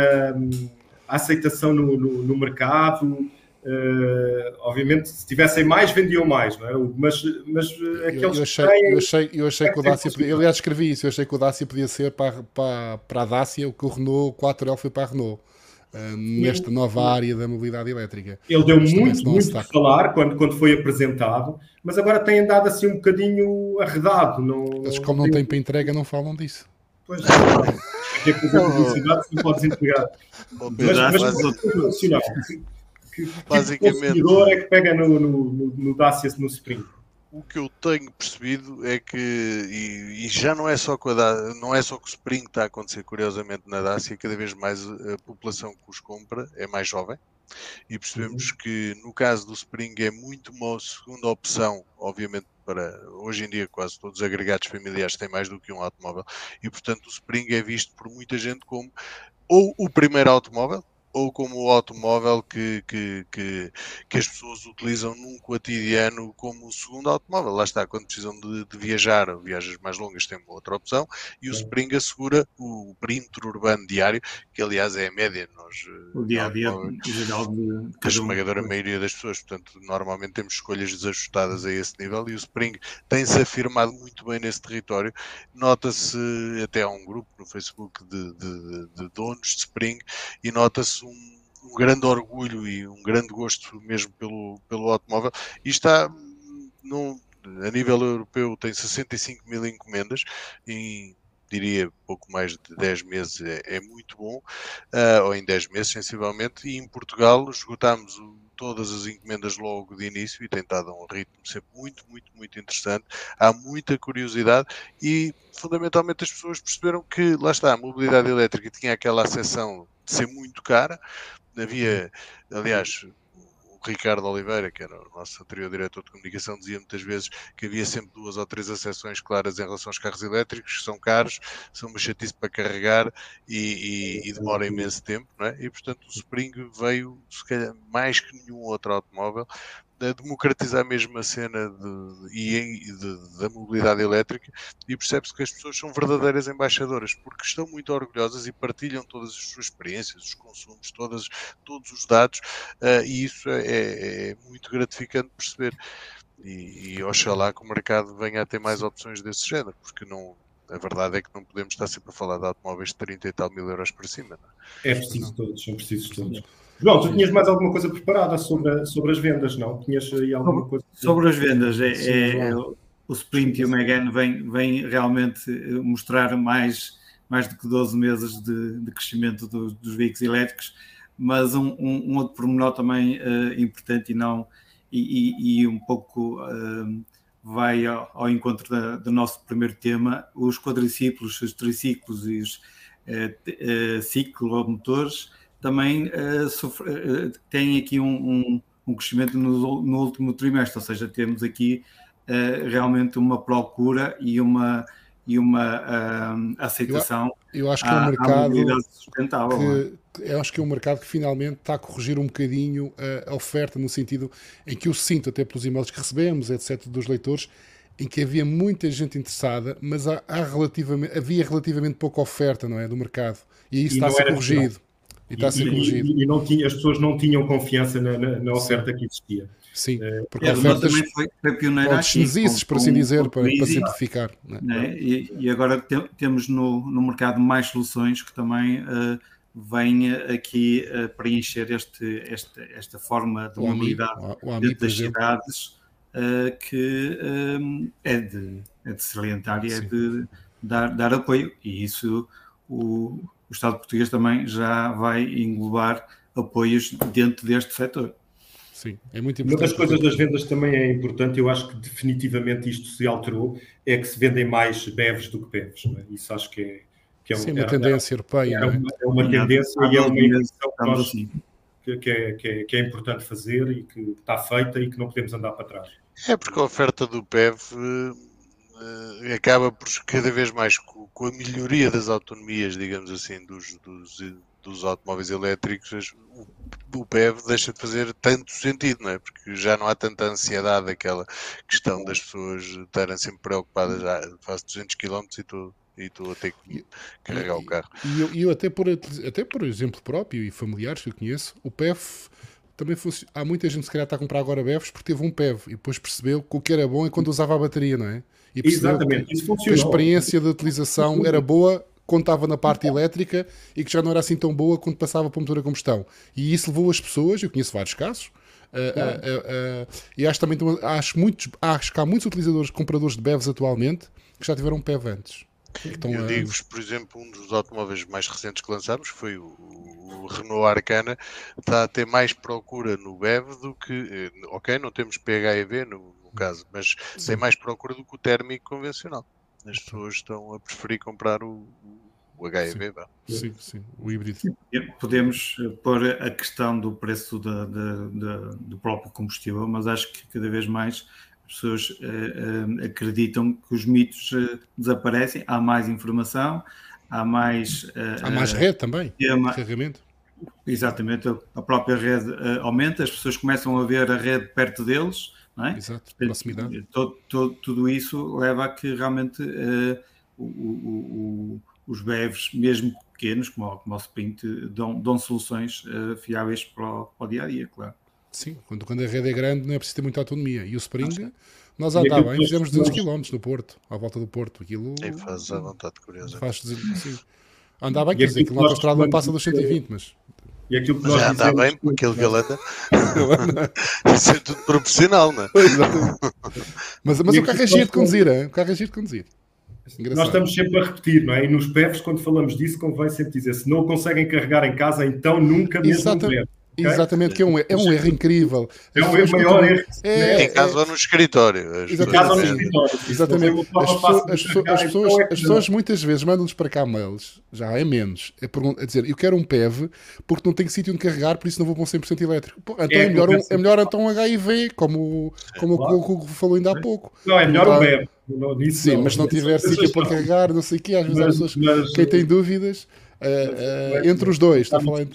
a aceitação no mercado. Obviamente, se tivessem mais, vendiam mais, não é? Mas aqueles eu achei que o Dacia podia, aliás, escrevi isso, eu achei que o Dacia podia ser para a Dacia o que o Renault 4L foi para a Renault, nesta nova área da mobilidade elétrica. Ele deu muito que falar quando foi apresentado, mas agora tem andado assim um bocadinho arredado. Eles, como não têm para entrega, não falam disso. Pois é, tem que fazer publicidade, não podes entregar. Mas que consumidor é que pega no Dacia, no Spring? O que eu tenho percebido é que, e já não é só com a Dacia, não é só que o Spring está a acontecer curiosamente na Dacia, cada vez mais a população que os compra é mais jovem, e percebemos que no caso do Spring é muito uma segunda opção, obviamente para hoje em dia quase todos os agregados familiares têm mais do que um automóvel, e portanto o Spring é visto por muita gente como ou o primeiro automóvel, ou como o automóvel que as pessoas utilizam num cotidiano como o segundo automóvel. Lá está, quando precisam de viajar, viagens mais longas, tem uma outra opção, e o Spring assegura o perímetro urbano diário, que aliás é a média. O dia-a-dia geral da esmagadora maioria das pessoas, portanto, normalmente temos escolhas desajustadas a esse nível, e o Spring tem-se afirmado muito bem nesse território. Nota-se, até há um grupo no Facebook de donos de Spring, e nota-se um grande orgulho e um grande gosto mesmo pelo automóvel, e está a nível europeu tem 65 mil encomendas e diria pouco mais de 10 meses é muito bom, ou em 10 meses sensivelmente, e em Portugal esgotámos todas as encomendas logo de início e tem estado a um ritmo sempre muito, muito, muito interessante. Há muita curiosidade e fundamentalmente as pessoas perceberam que, lá está, a mobilidade elétrica tinha aquela acessão de ser muito cara. Havia, aliás, o Ricardo Oliveira, que era o nosso anterior diretor de comunicação, dizia muitas vezes que havia sempre 2 ou 3 acessões claras em relação aos carros elétricos, que são caros, são uma chatice para carregar e demora imenso tempo, não é? E portanto o Spring veio, se calhar, mais que nenhum outro automóvel, a democratizar mesmo a cena da mobilidade elétrica, e percebe-se que as pessoas são verdadeiras embaixadoras, porque estão muito orgulhosas e partilham todas as suas experiências, os consumos, todos os dados, e isso é muito gratificante perceber. E oxalá que o mercado venha a ter mais opções desse género, porque a verdade é que não podemos estar sempre a falar de automóveis de 30 e tal mil euros para cima. Não é? É preciso todos, são precisos todos. João, tu tinhas mais alguma coisa preparada sobre as vendas, não? Tinhas aí alguma coisa? Sobre as vendas, o Sprint e o Megane vêm realmente mostrar mais do que 12 meses de crescimento dos veículos elétricos, mas um outro pormenor também importante e um pouco vai ao encontro do nosso primeiro tema, os quadriciclos, os triciclos e os ciclomotores também têm aqui um crescimento no último trimestre, ou seja, temos aqui realmente uma procura e uma aceitação. Eu acho que é um mercado sustentável. Eu acho que é um mercado que finalmente está a corrigir um bocadinho a oferta, no sentido em que eu sinto, até pelos e-mails que recebemos, etc., dos leitores, em que havia muita gente interessada, mas havia relativamente pouca oferta, não é, do mercado. E isso está a ser corrigido. As pessoas não tinham confiança na oferta que existia. Sim, porque a oferta também foi pioneira aqui. Por assim dizer, para simplificar. Né? E agora temos no mercado mais soluções que também vêm aqui preencher esta forma de mobilidade dentro das cidades, que é de salientar e é de dar apoio. E isso o Estado português também já vai englobar apoios dentro deste setor. Sim, é muito importante. Uma das coisas das vendas também é importante, eu acho que definitivamente isto se alterou, é que se vendem mais BEVs do que PEVs. Não é? Isso acho que é uma tendência europeia. É uma tendência e é uma evolução que é importante fazer e que está feita e que não podemos andar para trás. É porque a oferta do PEV acaba por cada vez mais com a melhoria das autonomias, digamos assim, dos automóveis elétricos, o PEV deixa de fazer tanto sentido, não é? Porque já não há tanta ansiedade, aquela questão das pessoas estarem sempre preocupadas, faço 200 km e estou a ter que carregar o carro. E eu até por exemplo próprio e familiares que eu conheço, o PEV também funciona. Há muita gente que se calhar está a comprar agora BEVs porque teve um PEV e depois percebeu que o que era bom é quando usava a bateria, não é? E percebeu que a experiência de utilização era boa quando estava na parte elétrica e que já não era assim tão boa quando passava para o motor a combustão. E isso levou as pessoas, eu conheço vários casos, e acho que há muitos utilizadores, compradores de BEVs atualmente, que já tiveram um PEV antes. Eu digo-vos, por exemplo, um dos automóveis mais recentes que lançámos foi o Renault Arcana, está a ter mais procura no BEV do que, não temos PHEV no caso, mas tem mais procura do que o térmico convencional. As pessoas estão a preferir comprar o HEV. Sim, o híbrido. Podemos pôr a questão do preço do próprio combustível, mas acho que cada vez mais as pessoas acreditam que os mitos desaparecem, há mais informação, há mais rede também, carregamento. Exatamente, a própria rede aumenta, as pessoas começam a ver a rede perto deles, não é? Exato, proximidade. Tudo isso leva a que realmente os BEVs, mesmo pequenos, como o Sprint, dão soluções fiáveis para o dia-a-dia, claro. Sim, quando a rede é grande não é preciso ter muita autonomia. E o Spring, nós andávamos, fizemos 200 km no Porto, à volta do Porto. Aquilo faz à vontade, curioso. Sim. Andava bem, quer dizer, aquilo na autostrada não passa dos 120, mas... E aquilo que já anda bem, porque aquele galanda isso é tudo proporcional, não é? Mas o carro é giro de conduzir, o carro é giro de conduzir. Engraçado. Nós estamos sempre a repetir, não é? E nos PEVs, quando falamos disso, convém sempre dizer, se não o conseguem carregar em casa, então nunca mesmo um PEV. Exatamente, que é um erro incrível. É um erro maior erro. Em casa ou no escritório. Exatamente. As pessoas muitas vezes mandam-nos para cá mails, já é menos, a dizer, eu quero um PEV porque não tenho sítio onde carregar, por isso não vou com 100% elétrico. Pô, então é melhor então um HIV, como o Hugo falou ainda há pouco. Não, é melhor um BEV. Sim, mas se não tiver sítio para carregar, não sei o quê, às vezes há pessoas, quem tem dúvidas... entre os dois, está a falar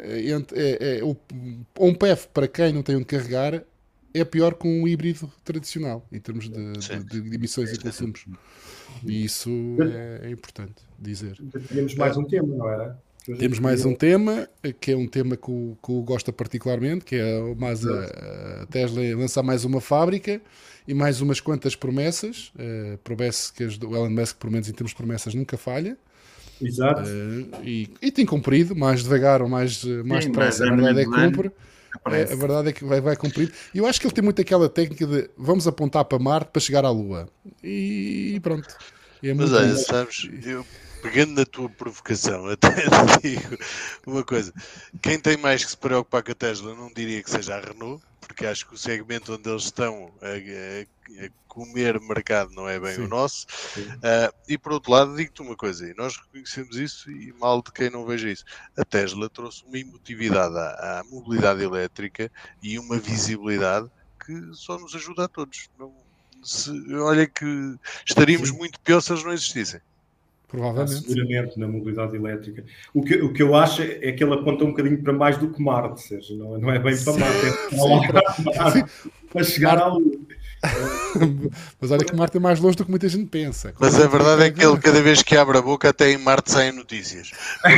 um PEF para quem não tem onde carregar é pior que um híbrido tradicional em termos de emissões e consumos, e isso é importante dizer. Temos mais um tema, não era? Temos mais um tema, que é um tema que o gosta particularmente, que é a Tesla lançar mais uma fábrica e mais umas quantas promessas. Promessa que o Elon Musk, por menos em termos de promessas, nunca falha. Exato. E tem cumprido, mais devagar ou mais depressa, a verdade é que cumpre. A verdade é que vai cumprir. E eu acho que ele tem muito aquela técnica de vamos apontar para Marte para chegar à Lua. E pronto. Mas olha, sabes, eu pegando na tua provocação, até te digo uma coisa: quem tem mais que se preocupar com a Tesla não diria que seja a Renault, porque acho que o segmento onde eles estão a comer mercado não é bem o nosso. E por outro lado, digo-te uma coisa, e nós reconhecemos isso, e mal de quem não veja isso: a Tesla trouxe uma emotividade à mobilidade elétrica e uma visibilidade que só nos ajuda a todos. Olha que estaríamos muito pior se eles não existissem. Provavelmente. Seguramente na mobilidade elétrica. O que eu acho é que ele aponta um bocadinho para mais do que Marte, ou seja, não é bem para Marte, para chegar à Lua. Mas olha que Marte é mais longe do que muita gente pensa. Mas a verdade é que ele, cada vez que abre a boca, até em Marte saem notícias.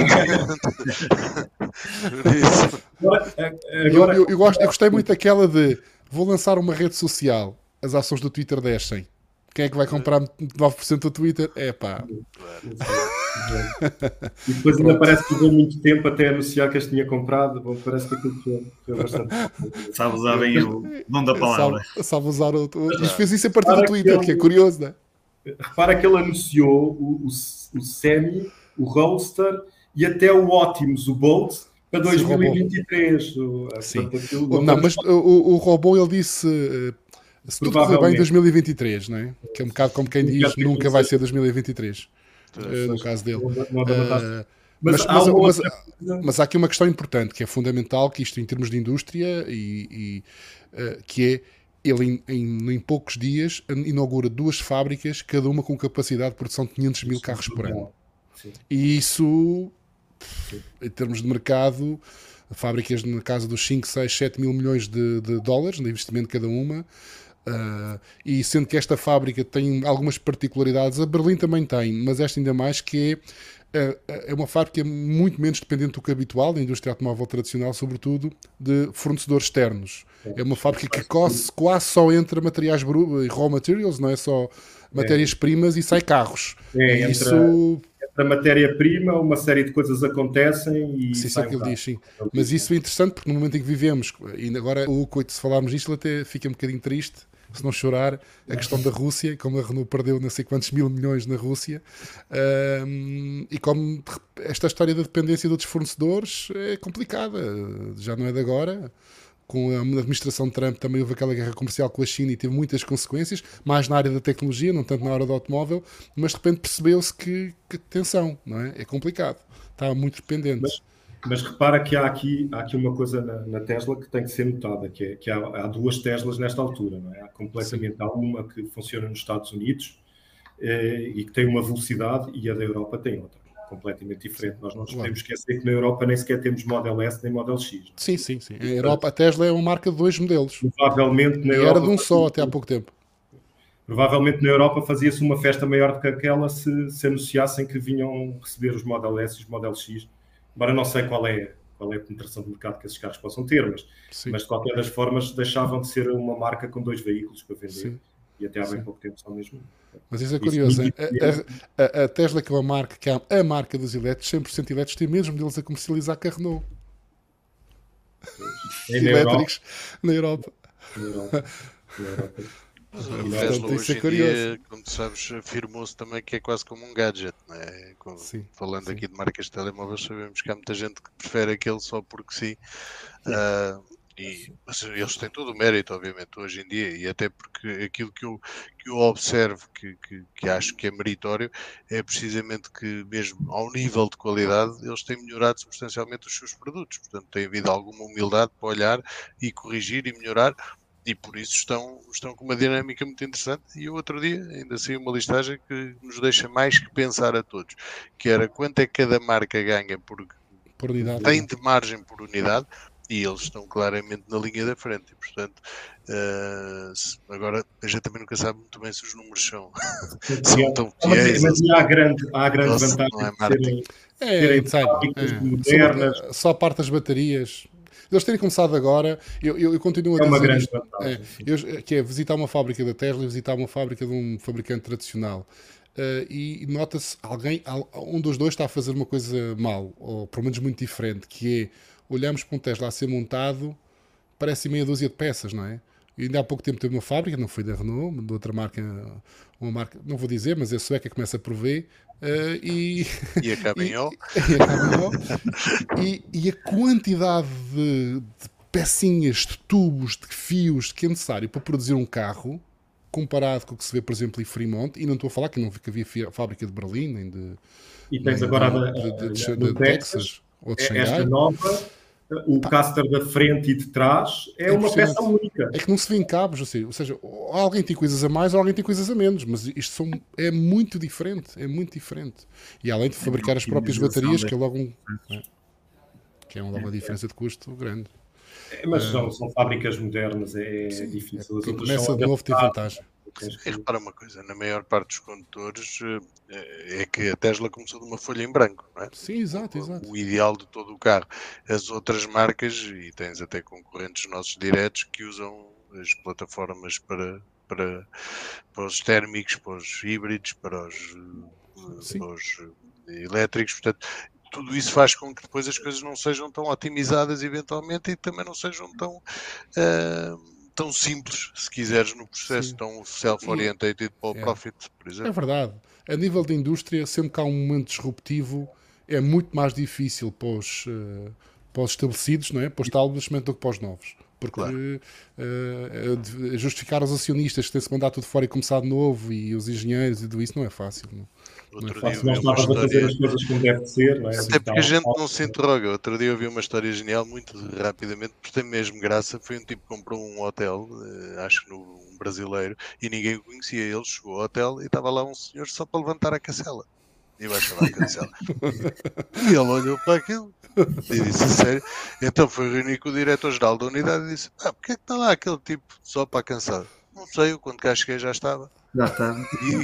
Eu gostei muito daquela de vou lançar uma rede social, as ações do Twitter descem. Quem é que vai comprar 9% do Twitter? É pá. E depois ainda parece que levou muito tempo até anunciar que as tinha comprado. Bom, parece que aquilo foi bastante. Sabe usar bem o nome da palavra. Sabe usar mas fez isso a partir do Twitter, que é curioso, não é? Repara que ele anunciou o Semi, o Roadster e até o Optimus, o Bolt, para 2023. Sim. Não, mas o robô, ele disse... Se tudo correr bem, 2023, não é? Que é um bocado como quem diz, nunca vai ser 2023, no caso dele. Mas há aqui uma questão importante, que é fundamental, que isto em termos de indústria, que é, ele em poucos dias inaugura 2 fábricas, cada uma com capacidade de produção de 500 mil carros por ano. E isso, em termos de mercado, fábricas na casa dos 5, 6, 7 mil milhões de dólares de investimento cada uma. E sendo que esta fábrica tem algumas particularidades, a Berlim também tem, mas esta ainda mais, que é uma fábrica muito menos dependente do que habitual da indústria automóvel tradicional, sobretudo de fornecedores externos. É uma fábrica que quase só entra materiais raw materials, não é só matérias-primas, e sai carros. A matéria-prima, uma série de coisas acontecem e sim, que ele diz, sim. Mas isso é interessante porque no momento em que vivemos, e agora o coito, se falarmos disto, ele até fica um bocadinho triste, se não chorar, a questão da Rússia, como a Renault perdeu não sei quantos mil milhões na Rússia, e como esta história da dependência de outros fornecedores é complicada, já não é de agora. Com a administração de Trump também houve aquela guerra comercial com a China e teve muitas consequências, mais na área da tecnologia, não tanto na área do automóvel, mas de repente percebeu-se que atenção, não é? É complicado, está muito dependente. Mas repara que há aqui uma coisa na Tesla que tem que ser notada, que há 2 Teslas nesta altura, não é? Há uma que funciona nos Estados Unidos e que tem uma velocidade, e a da Europa tem outra. Completamente diferente. Nós não nos podemos esquecer que na Europa nem sequer temos Model S nem Model X. Sim. A Europa, a Tesla é uma marca de 2 modelos. Provavelmente na Europa, era de um só até há pouco tempo. Provavelmente na Europa fazia-se uma festa maior do que aquela se anunciassem que vinham receber os Model S e os Model X. Embora não sei qual é a penetração de mercado que esses carros possam ter, mas de qualquer das formas deixavam de ser uma marca com 2 veículos para vender. Sim. E até há bem pouco tempo só mesmo. Mas isso é curioso. A Tesla, que é uma marca, que é a marca dos elétricos, 100% elétricos, tem mesmo deles a comercializar com a Renault. Na elétricos na Europa. Mas o Tesla hoje em dia, como tu sabes, afirmou-se também que é quase como um gadget, não é? Falando aqui de marcas de telemóveis, sabemos que há muita gente que prefere aquele só porque sim. Mas eles têm todo o mérito, obviamente, hoje em dia, e até porque aquilo que eu observo que acho que é meritório é precisamente que, mesmo ao nível de qualidade, eles têm melhorado substancialmente os seus produtos. Portanto, tem havido alguma humildade para olhar e corrigir e melhorar. E por isso estão com uma dinâmica muito interessante. E o outro dia ainda saiu uma listagem que nos deixa mais que pensar a todos, que era quanto é que cada marca ganha por unidade, tem de margem por unidade, e eles estão claramente na linha da frente. E, portanto, agora a gente também nunca sabe muito bem se os números são tão fiéis. Mas há grande vantagem de terem fábricas modernas. Só a parte das baterias. Eles terem começado agora, eu continuo a dizer uma grande isto, que é visitar uma fábrica da Tesla e visitar uma fábrica de um fabricante tradicional. E nota-se um dos dois está a fazer uma coisa mal, ou pelo menos muito diferente, que é, olhamos para um Tesla a ser montado, parece meia dúzia de peças, não é? E ainda há pouco tempo teve uma fábrica, não foi da Renault, de outra marca, uma marca, não vou dizer, mas é sueca, começa por V, e acaba em O. E a quantidade de pecinhas, de tubos, de fios que é necessário para produzir um carro, comparado com o que se vê, por exemplo, em Fremont, e não estou a falar que não havia fábrica de Berlim, nem de... E tens agora de Texas, ou de Xangai. Esta nova... O caster da frente e de trás é uma peça única. É que não se vê em cabos, ou seja, alguém tem coisas a mais ou alguém tem coisas a menos, mas isto é muito diferente, E além de fabricar as próprias baterias, que é logo uma diferença de custo grande. Mas são fábricas modernas, é difícil. Quem começa de novo tem vantagem. E repara uma coisa, na maior parte dos condutores é que a Tesla começou de uma folha em branco, não é? Sim, exato. O ideal de todo o carro. As outras marcas, e tens até concorrentes nossos diretos, que usam as plataformas para os térmicos, para os híbridos, para os elétricos, portanto, tudo isso faz com que depois as coisas não sejam tão otimizadas eventualmente e também não sejam tão simples, se quiseres, no processo, tão self-orientated para o profit, por exemplo. É verdade. A nível da indústria, sempre que há um momento disruptivo, é muito mais difícil para os estabelecidos, não é? Para os establishment do que para os novos. Porque justificar aos acionistas que têm-se que mandar tudo fora e começar de novo, e os engenheiros e tudo isso, não é fácil. Não é fácil. Não estava a fazer as coisas como deve ser, não é? Até porque a gente não se interroga. Outro dia eu vi uma história genial, muito rapidamente, porque tem mesmo graça. Foi um tipo que comprou um hotel, acho que um brasileiro, e ninguém o conhecia. Ele chegou ao hotel e estava lá um senhor só para levantar a cancela. E baixa lá a cancela. E ele olhou para aquilo e disse: sério? Então foi reunir com o diretor-geral da unidade e disse: porque é que está lá aquele tipo só para a cancela? Não sei, quando cá cheguei já estava. Já está.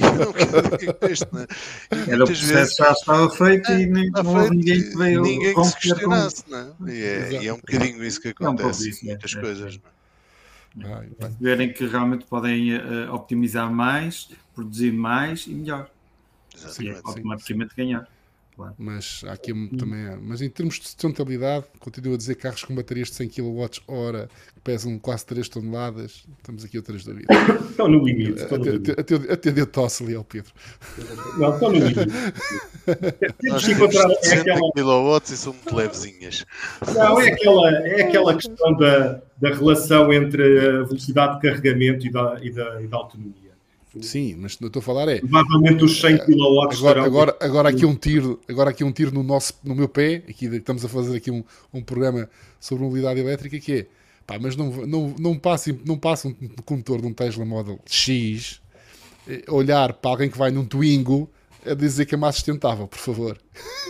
Era o processo já estava feito e ninguém veio ninguém que se questionasse, não é? E é um bocadinho isso que acontece em muitas coisas. Verem que realmente podem optimizar mais, produzir mais e melhor. E automaticamente ganhar. Claro. Mas há aqui também. Mas em termos de sustentabilidade, continuo a dizer que carros com baterias de 100 kWh que pesam quase 3 toneladas. Estamos aqui outras dúvidas. Estão no limite. Até deu tosse ali ao Pedro. Não, estão no limite. Nós temos 60 kW e são muito levezinhas. Não, é aquela questão da relação entre a velocidade de carregamento e da autonomia. Sim, mas não estou a falar provavelmente os 100 kW agora aqui um tiro no meu pé. Aqui estamos a fazer aqui um programa sobre mobilidade elétrica, que é mas não passa um condutor de um Tesla Model X olhar para alguém que vai num Twingo a dizer que é mais sustentável, por favor.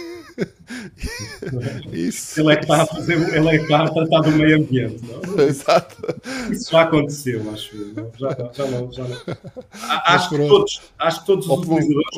Isso. Ele é que está a tratar do meio ambiente, não? Exato. Isso já aconteceu, acho eu. Já não. Acho que todos os utilizadores,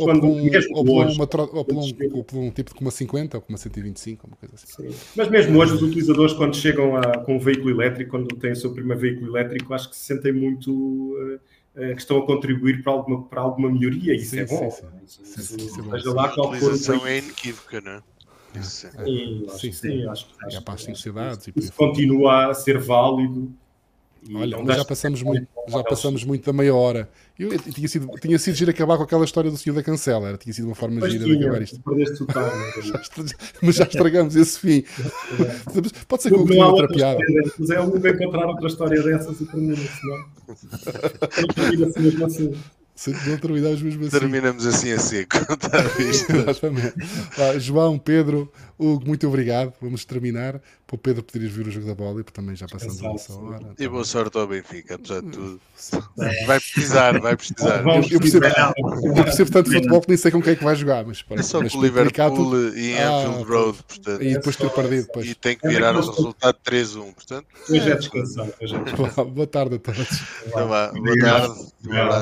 ou por um tipo com uma 50 ou com uma 125, uma coisa assim. Sim. Mas mesmo hoje os utilizadores, quando chegam com um veículo elétrico, quando têm o seu primeiro veículo elétrico, acho que se sentem muito que estão a contribuir para alguma melhoria, e isso é bom. Seja lá qual for. A utilização é inequívoca, não é? Sim, acho que para as sociedades. Isso continua a ser válido Olha, mas já passamos muito da meia hora. Tinha sido giro acabar com aquela história do senhor da cancela. Tinha sido uma forma gira de acabar isto. Mas já estragamos esse fim. Pode ser que eu tenha outra piada. Mas é um encontrar outra história dessas e termina-se, não? Termina-se mesmo assim. Não terminamos mesmo assim. Terminamos assim a seco. Exatamente. João, Pedro, Hugo, muito obrigado. Vamos terminar. Para o Pedro poderes vir o jogo da bola, porque também já passamos essa hora. E boa sorte ao Benfica, apesar de tudo. Vai precisar. Eu percebo tanto de futebol que nem sei com quem é que vai jogar. Mas, é só com o Liverpool e Anfield Road. Portanto, e depois ter perdido. Depois. E tem que virar o resultado 3-1. Portanto, hoje é descansar. Boa tarde a todos. Boa tarde. Um abraço.